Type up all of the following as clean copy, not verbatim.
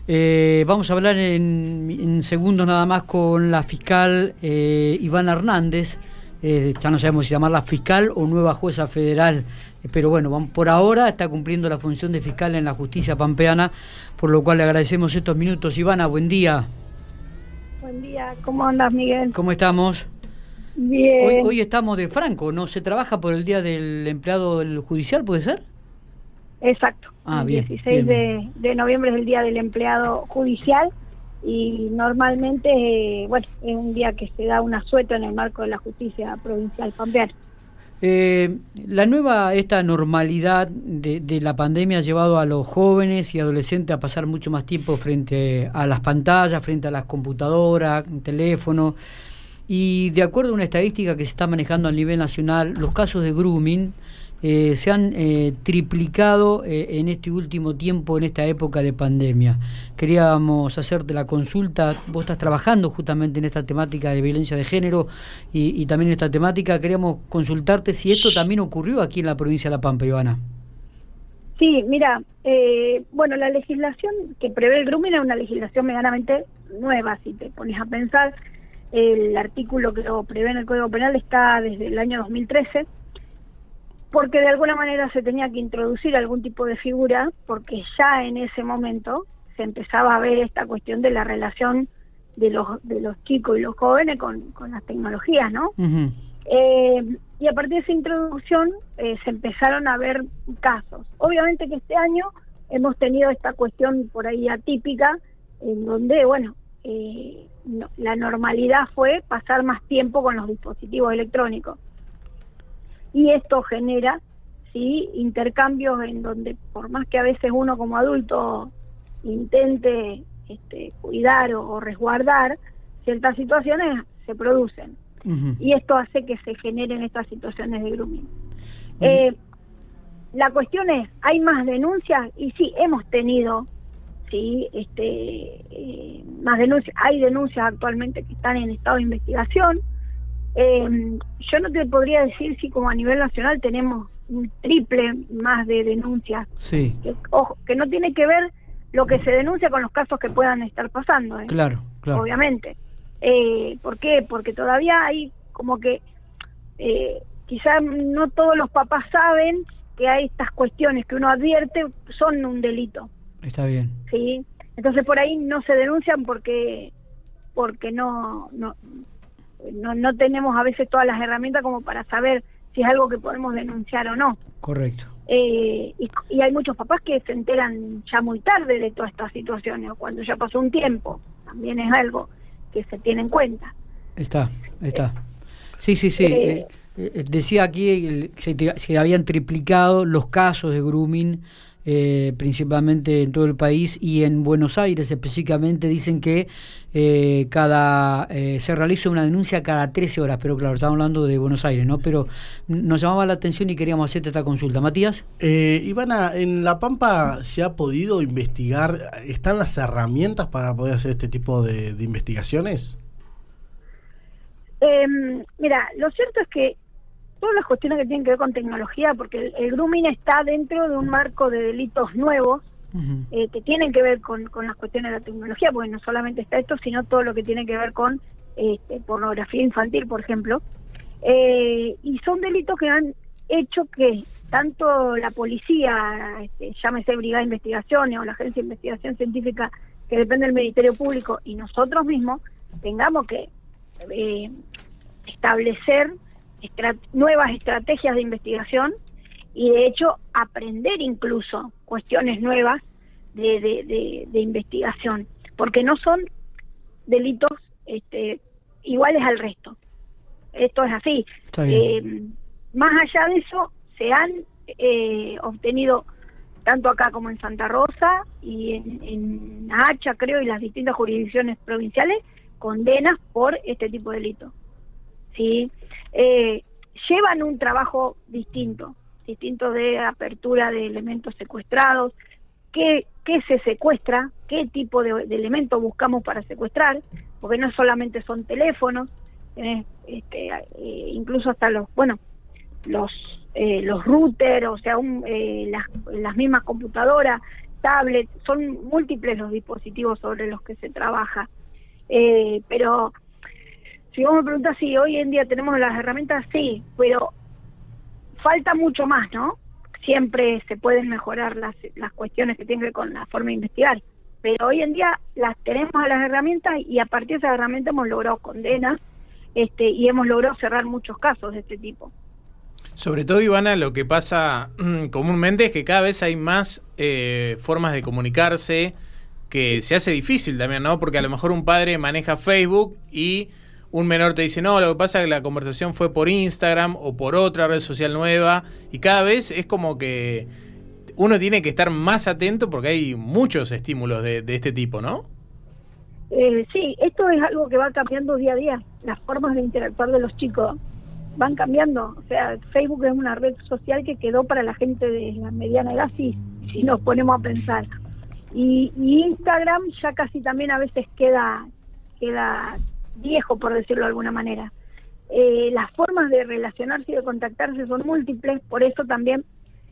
Vamos a hablar en segundos nada más con la fiscal Ivana Hernández. Ya no sabemos si llamarla fiscal o nueva jueza federal, pero bueno, por ahora está cumpliendo la función de fiscal en la justicia pampeana, por lo cual le agradecemos estos minutos. Ivana, buen día. Buen día, ¿cómo andas, Miguel? ¿Cómo estamos? Bien. Hoy estamos de franco, ¿no? ¿Se trabaja por el Día del Empleado del Judicial, puede ser? Exacto. Ah, el bien, 16 bien. de noviembre es el Día del Empleado Judicial y normalmente, es un día que se da un asueto en el marco de la justicia provincial pampeana. Esta normalidad de la pandemia ha llevado a los jóvenes y adolescentes a pasar mucho más tiempo frente a las pantallas, frente a las computadoras, teléfonos, y de acuerdo a una estadística que se está manejando a nivel nacional, los casos de grooming se han triplicado en este último tiempo, en esta época de pandemia. Queríamos hacerte la consulta, vos estás trabajando justamente en esta temática de violencia de género y también en esta temática, queríamos consultarte si esto también ocurrió aquí en la provincia de La Pampa, Ivana. Sí, mira, la legislación que prevé el grooming es una legislación medianamente nueva, si te pones a pensar. El artículo que lo prevé en el Código Penal está desde el año 2013, porque de alguna manera se tenía que introducir algún tipo de figura, porque ya en ese momento se empezaba a ver esta cuestión de la relación de los chicos y los jóvenes con las tecnologías, ¿no? Uh-huh. Y a partir de esa introducción se empezaron a ver casos. Obviamente que este año hemos tenido esta cuestión por ahí atípica, en donde, la normalidad fue pasar más tiempo con los dispositivos electrónicos. Y esto genera, sí, intercambios en donde, por más que a veces uno como adulto intente cuidar o resguardar, ciertas situaciones se producen. Uh-huh. Y esto hace que se generen estas situaciones de grooming. Uh-huh. La cuestión es, ¿hay más denuncias? Y sí, hemos tenido, sí, más denuncias. Hay denuncias actualmente que están en estado de investigación. Yo no te podría decir si como a nivel nacional tenemos un triple más de denuncias. Sí. Ojo, que no tiene que ver lo que se denuncia con los casos que puedan estar pasando. Claro. Obviamente. ¿Por qué? Porque todavía hay como que quizás no todos los papás saben que hay estas cuestiones que uno advierte son un delito. Está bien. Sí. Entonces por ahí no se denuncian porque no tenemos a veces todas las herramientas como para saber si es algo que podemos denunciar o no. Correcto. Y hay muchos papás que se enteran ya muy tarde de todas estas situaciones, o cuando ya pasó un tiempo. También es algo que se tiene en cuenta. Está. Sí. Decía aquí que se habían triplicado los casos de grooming, principalmente en todo el país, y en Buenos Aires específicamente dicen que se realiza una denuncia cada 13 horas, pero claro, estamos hablando de Buenos Aires, ¿no? Pero nos llamaba la atención y queríamos hacerte esta consulta. Matías. Ivana, ¿en La Pampa se ha podido investigar? ¿Están las herramientas para poder hacer este tipo de investigaciones? Mira, lo cierto es que todas las cuestiones que tienen que ver con tecnología, porque el grooming está dentro de un marco de delitos nuevos, uh-huh, que tienen que ver con las cuestiones de la tecnología, porque no solamente está esto, sino todo lo que tiene que ver con pornografía infantil, por ejemplo, y son delitos que han hecho que tanto la policía, llámese Brigada de Investigaciones o la Agencia de Investigación Científica, que depende del Ministerio Público, y nosotros mismos tengamos que establecer nuevas estrategias de investigación y de hecho aprender incluso cuestiones nuevas de investigación, porque no son delitos iguales al resto. Esto es así. Más allá de eso, se han obtenido tanto acá como en Santa Rosa y en Hacha, creo, y las distintas jurisdicciones provinciales, condenas por este tipo de delitos. ¿Sí? Llevan un trabajo distinto de apertura de elementos secuestrados, qué se secuestra, qué tipo de elementos buscamos para secuestrar, porque no solamente son teléfonos, incluso hasta los routers, o sea, las mismas computadoras, tablets, son múltiples los dispositivos sobre los que se trabaja. Pero si vos me preguntas si hoy en día tenemos las herramientas, sí, pero falta mucho más, ¿no? Siempre se pueden mejorar las cuestiones que tienen que ver con la forma de investigar, pero hoy en día las tenemos a las herramientas y a partir de esas herramientas hemos logrado condenas y hemos logrado cerrar muchos casos de este tipo. Sobre todo, Ivana, lo que pasa comúnmente es que cada vez hay más formas de comunicarse, que se hace difícil también, ¿no? Porque a lo mejor un padre maneja Facebook y un menor te dice, no, lo que pasa es que la conversación fue por Instagram o por otra red social nueva, y cada vez es como que uno tiene que estar más atento porque hay muchos estímulos de este tipo, ¿no? Sí, esto es algo que va cambiando día a día. Las formas de interactuar de los chicos van cambiando. O sea, Facebook es una red social que quedó para la gente de la mediana edad, si nos ponemos a pensar. Y Instagram ya casi también a veces queda viejo, por decirlo de alguna manera. Las formas de relacionarse y de contactarse son múltiples, por eso también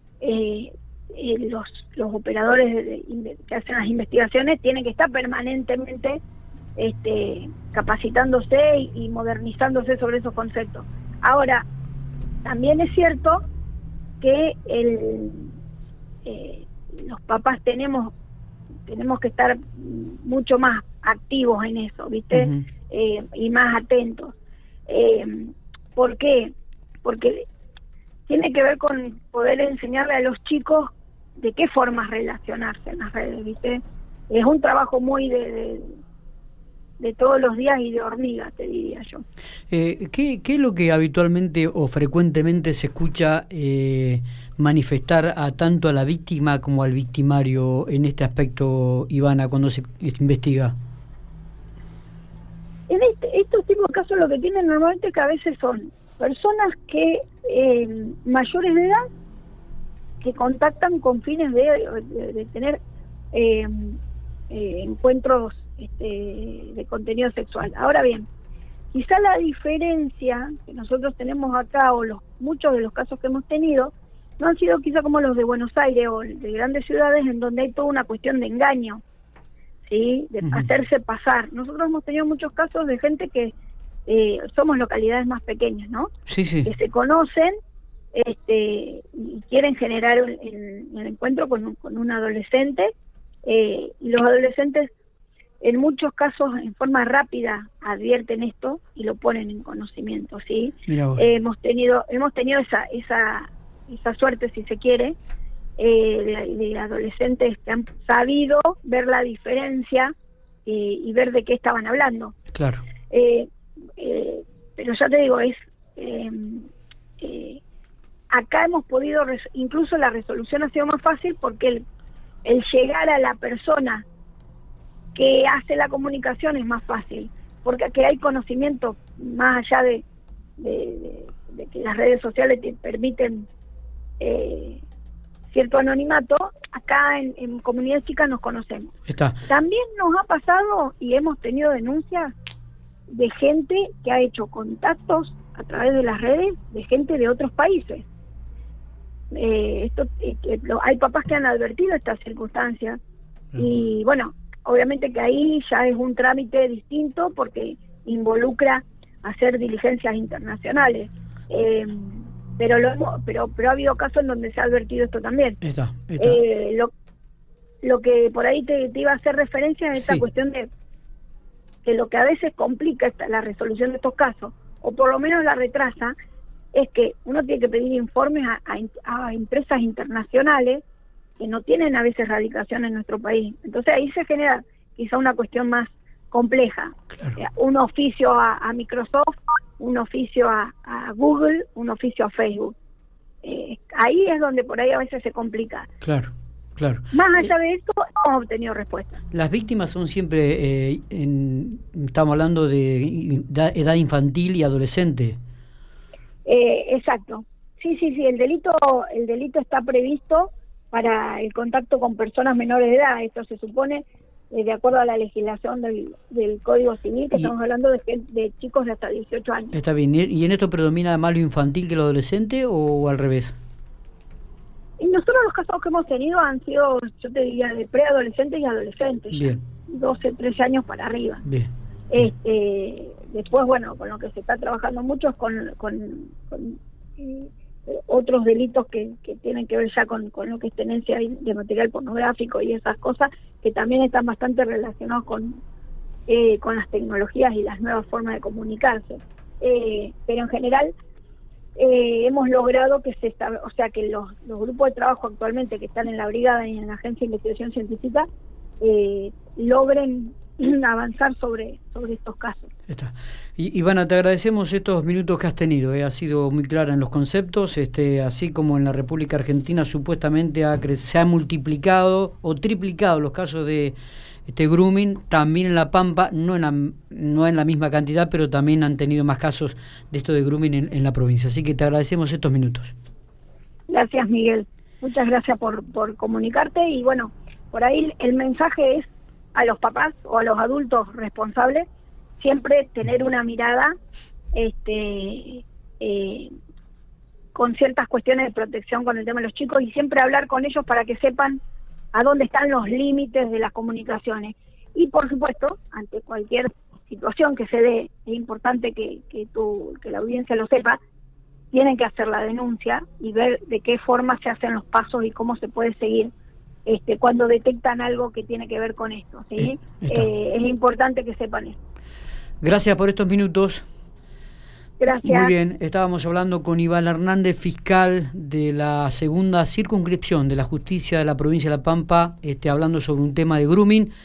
los operadores que hacen las investigaciones tienen que estar permanentemente capacitándose y modernizándose sobre esos conceptos. Ahora, también es cierto que los papás tenemos que estar mucho más activos en eso, ¿viste? Uh-huh. Y más atentos. ¿Por qué? Porque tiene que ver con poder enseñarle a los chicos de qué formas relacionarse en las redes, ¿viste? Es un trabajo muy de todos los días y de hormiga, te diría yo. ¿Qué es lo que habitualmente o frecuentemente se escucha manifestar tanto a la víctima como al victimario en este aspecto, Ivana, cuando se investiga? En estos tipos de casos lo que tienen normalmente que a veces son personas que mayores de edad que contactan con fines de tener encuentros de contenido sexual. Ahora bien, quizá la diferencia que nosotros tenemos acá o muchos de los casos que hemos tenido no han sido quizá como los de Buenos Aires o de grandes ciudades en donde hay toda una cuestión de engaño, ¿sí? De uh-huh. hacerse pasar. Nosotros hemos tenido muchos casos de gente que somos localidades más pequeñas, ¿no? Sí, sí. Que se conocen y quieren generar el encuentro con un adolescente y los adolescentes en muchos casos en forma rápida advierten esto y lo ponen en conocimiento, ¿sí? Hemos tenido esa suerte, si se quiere, de adolescentes que han sabido ver la diferencia y ver de qué estaban hablando. Claro. Pero ya te digo, acá hemos podido, incluso la resolución ha sido más fácil porque el llegar a la persona que hace la comunicación es más fácil, porque aquí hay conocimiento más allá de que las redes sociales te permiten cierto anonimato. Acá en Comunidad Chica nos conocemos. También nos ha pasado y hemos tenido denuncias de gente que ha hecho contactos a través de las redes de gente de otros países. Hay papás que han advertido estas circunstancias y bueno, obviamente que ahí ya es un trámite distinto porque involucra hacer diligencias internacionales. Pero ha habido casos en donde se ha advertido esto también. Lo que por ahí te iba a hacer referencia es esta cuestión de que lo que a veces complica la resolución de estos casos, o por lo menos la retrasa, es que uno tiene que pedir informes a empresas internacionales que no tienen a veces radicación en nuestro país. Entonces ahí se genera quizá una cuestión más compleja. Claro. Un oficio a Microsoft, un oficio a Google, un oficio a Facebook. Ahí es donde por ahí a veces se complica. Claro. Más allá de esto, hemos obtenido respuestas. Las víctimas son siempre, estamos hablando de edad infantil y adolescente. Exacto. Sí, el delito está previsto para el contacto con personas menores de edad. Esto se supone, de acuerdo a la legislación del Código Civil, que estamos hablando de chicos de hasta 18 años. Está bien. ¿Y en esto predomina más lo infantil que lo adolescente o al revés? Y nosotros los casos que hemos tenido han sido, yo te diría, de preadolescentes y adolescentes. Bien. 12, 13 años para arriba. Bien. Después, bueno, con lo que se está trabajando mucho es con otros delitos que tienen que ver ya con lo que es tenencia de material pornográfico y esas cosas, que también están bastante relacionados con las tecnologías y las nuevas formas de comunicarse. Pero en general hemos logrado que que los grupos de trabajo actualmente que están en la brigada y en la Agencia de Investigación Científica logren avanzar sobre estos casos. Está. Ivana, te agradecemos estos minutos que has tenido, has sido muy clara en los conceptos, así como en la República Argentina supuestamente se ha multiplicado o triplicado los casos de grooming, también en La Pampa, no en la misma cantidad, pero también han tenido más casos de esto de grooming en la provincia, así que te agradecemos estos minutos. Gracias, Miguel, muchas gracias por comunicarte, y bueno, por ahí el mensaje es a los papás o a los adultos responsables siempre tener una mirada con ciertas cuestiones de protección con el tema de los chicos, y siempre hablar con ellos para que sepan a dónde están los límites de las comunicaciones. Y por supuesto, ante cualquier situación que se dé, es importante que la audiencia lo sepa, tienen que hacer la denuncia y ver de qué forma se hacen los pasos y cómo se puede seguir cuando detectan algo que tiene que ver con esto, ¿sí? Es importante que sepan eso. Gracias por estos minutos. Gracias. Muy bien, estábamos hablando con Ivana Hernández, fiscal de la segunda circunscripción de la justicia de la provincia de La Pampa, hablando sobre un tema de grooming.